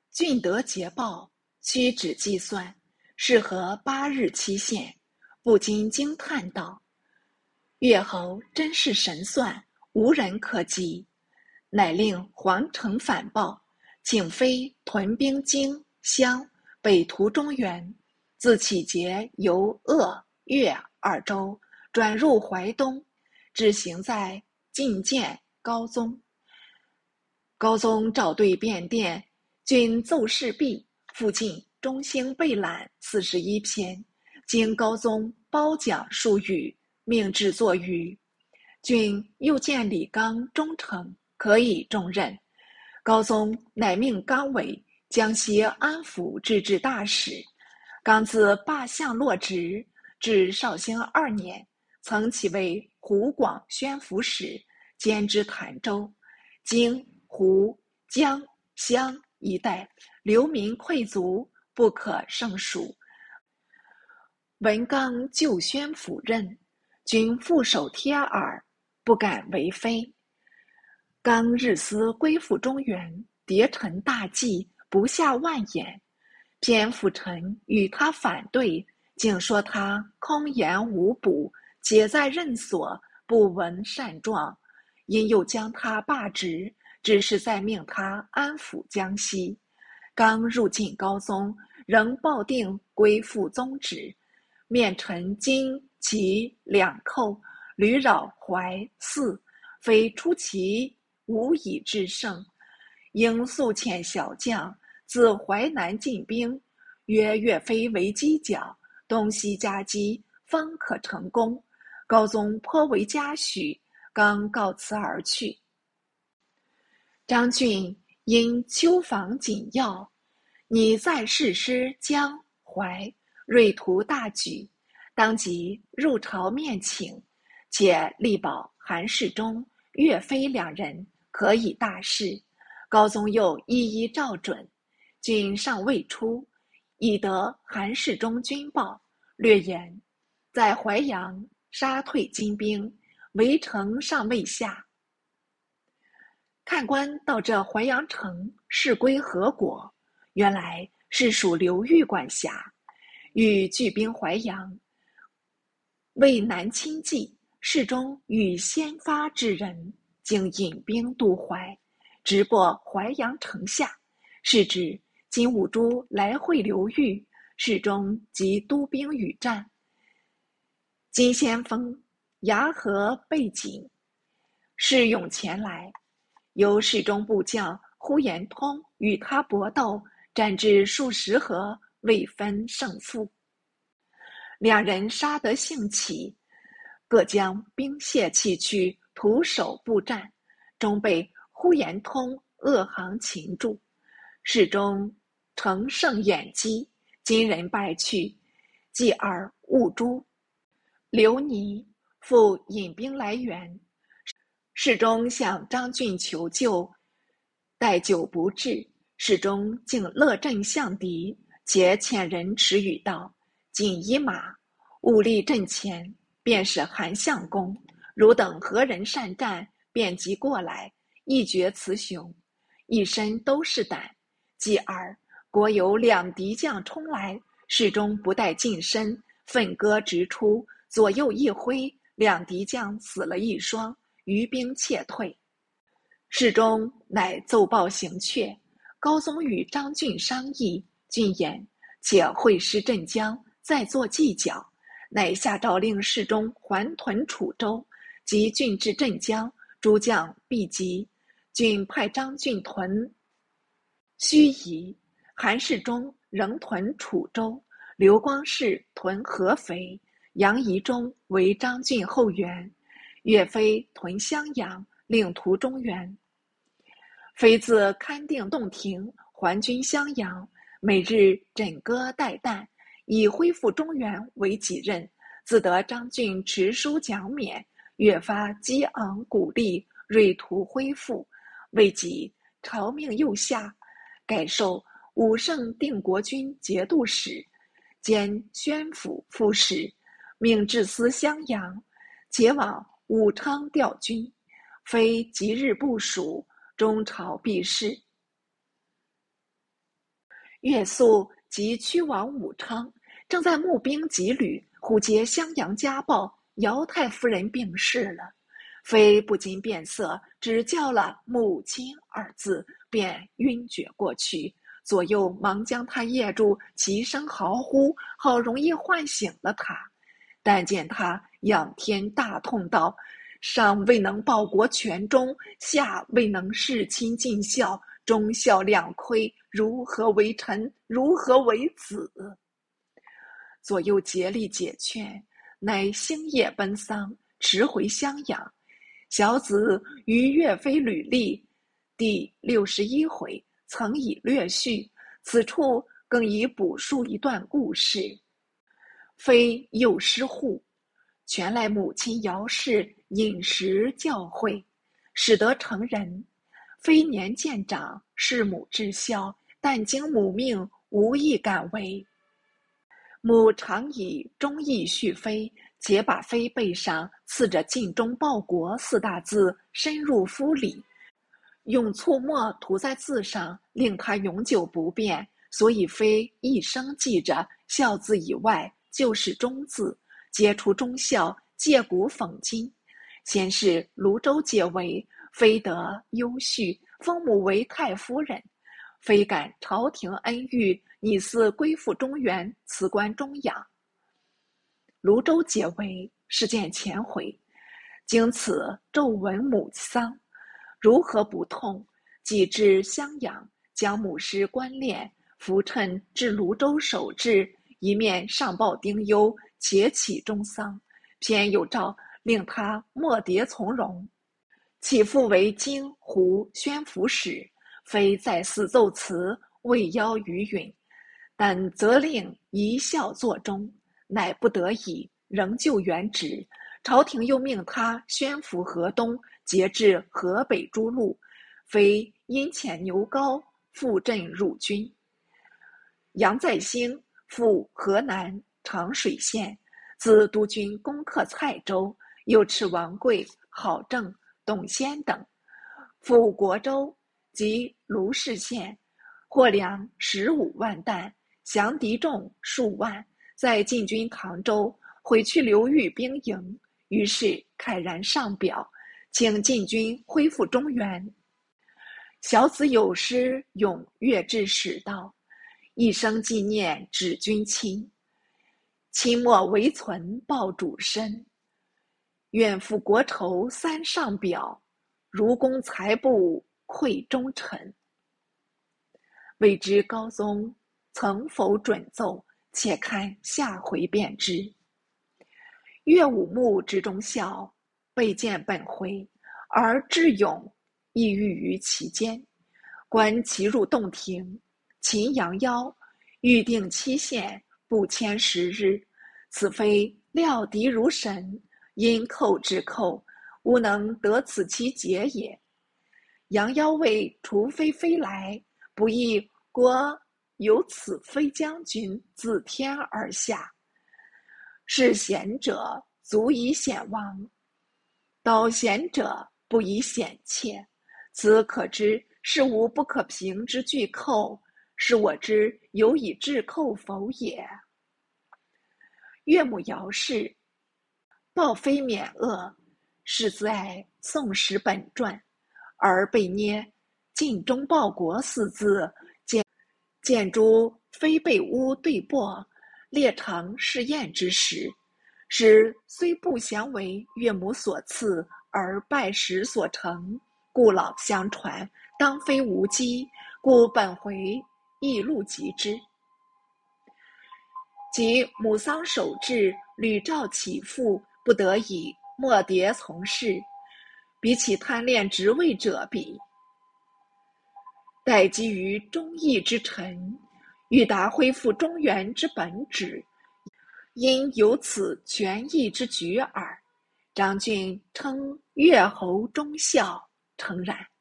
郡得捷报，屈指计算，适合8日期限，不禁惊叹道：越侯真是神算，无人可及。乃令皇城反报，请飞屯兵荆襄，北屠中原，自启节由鄂越2州转入淮东，只行在觐见高宗。高宗召对便殿，均奏事毕，附进中兴备览41篇，经高宗褒奖数语，命制作于。郡又见李纲忠诚，可以重任。高宗乃命纲为江西安抚制置大使。纲自罢相落职，至绍兴2年，曾起为湖广宣抚使，兼之潭州。经湖、江、襄一带，流民溃卒，不可胜数。闻纲就宣抚任，均俯首贴耳，不敢为非。纲日思归附中原，迭陈大计，不下万言。偏辅臣与他反对，竟说他空言无补，皆在任所，不闻善状。因又将他罢职，只是在命他安抚江西。刚入晋高宗，仍抱定归附宗旨，面陈荆齐2寇，屡扰淮泗，非出其无以制胜，应速遣小将自淮南进兵，约岳飞为犄角，东西夹击，方可成功。高宗颇为嘉许，刚告辞而去。张俊因丘防紧要，拟再誓师江淮，锐图大举，当即入朝面请，且力保韩世忠、岳飞2人可以大事。高宗又一一照准。军尚未出，已得韩世忠军报，略言在淮阳杀退金兵，围城尚未下。看官到这淮阳城，是归何国？原来是属刘裕管辖。欲聚兵淮阳，为南侵冀，世忠与先发之人，竟引兵渡淮，直过淮阳城下。是指金兀术来会刘裕，世忠即督兵与战。金先锋牙河背景，士勇前来，由世忠部将呼延通与他搏斗，战至数十合，未分胜负。2人杀得兴起，各将兵械弃去，徒手布战，终被呼延通扼行擒住。世忠乘胜掩击，金人败去，继而兀术、刘尼复引兵来援。世忠向张俊求救，待久不至，世忠竟勒阵向敌，且遣人持语道：锦衣马，勿立阵前，便是韩相公。汝等何人善战，便即过来，一决雌雄。一身都是胆。继而国有2敌将冲来，世忠不待近身，奋戈直出，左右一挥，2敌将死了1双，余兵怯退。世忠乃奏报行阙。高宗与张俊商议，俊言且会师镇江，再作计较，乃下诏令世忠还屯楚州，及郡至镇江，诸将必击。郡派张俊屯盱眙，韩世忠仍屯楚州，刘光世屯合肥，杨仪忠为张俊后援，岳飞屯襄阳，另图中原。飞自勘定洞庭，还军襄阳，每日枕戈待旦，以恢复中原为己任。自得张俊持书奖勉，越发激昂鼓励，锐图恢复。未几，朝命右下，改授武圣定国军节度使，兼宣抚副使，命置司襄阳，且往武昌调军，非即日部署，中朝必事。 岳肃及屈王武昌正在募兵击吕，忽接襄阳家报，姚太夫人病逝了。妃不禁变色，只叫了母亲二字，便晕厥过去。左右忙将他掖住，齐声嚎呼，好容易唤醒了他。但见他仰天大痛道：上未能报国全忠，下未能事亲尽孝，忠孝两亏，如何为臣，如何为子？左右竭力解劝，乃星夜奔丧，迟回襄阳。小子与岳飞履历第61回曾以略叙，此处更已补述一段故事。飞幼失户，全赖母亲姚氏饮食教诲，使得成人。飞年渐长，弑母至孝，但经母命，无意敢为。母常以忠义恤飞，且把飞背上刺着尽忠报国4大字深入肤里，用醋墨涂在字上，令他永久不变。所以飞一生记着孝字以外就是忠字，皆出忠孝，借古讽今。先是泸州解围，飞得优恤，封母为太夫人。飞感朝廷恩遇，拟似归附中原，辞官中养。泸州解围事件前回，经此骤闻母丧，如何不痛？即至襄阳，将母尸官殓，扶衬至泸州守制，一面上报丁忧，且启中丧，偏有诏令他谟牒从容。起复为京湖宣抚使，非再四奏辞，未邀于允，但责令一孝作忠，乃不得已，仍就原职。朝廷又命他宣抚河东，节制河北诸路，非因遣牛皋赴镇汝军。杨再兴赴河南长水县，自督军攻克蔡州，又斥王贵、郝正、董先等赴国州及卢氏县，获粮15万担，降敌众数万，在进军唐州，毁去刘裕兵营。于是慨然上表，请进军恢复中原。小子有诗咏岳志使道：一生纪念指君亲，亲莫为存报主身。愿负国仇三上表，如公才不愧忠臣。未知高宗曾否准奏，且看下回便知。岳武穆之忠孝，备见本回，而智勇亦寓于其间。观其入洞庭，秦阳妖预定期限，不迁10日，此非料敌如神，因寇之寇，吾能得此其节也。阳妖谓除非飞来，不亦国有此非将军自天而下，是贤者足以显王，导贤者不以显怯。此可知是无不可平之巨寇，是我之有以制寇否也。岳母姚氏报非免恶，是在《宋史本传》，而被捏尽忠报国4字，见诸非被诬对簿，列成试验之时，使虽不详为岳母所赐，而拜时所成，故老相传，当非无稽，故本回亦录及之。及母丧守制，屡召起复，不得已谟牒从事，比起贪恋职位者比，待基于忠义之臣，欲达恢复中原之本旨，因有此权益之举耳。张俊称岳侯忠孝，诚然。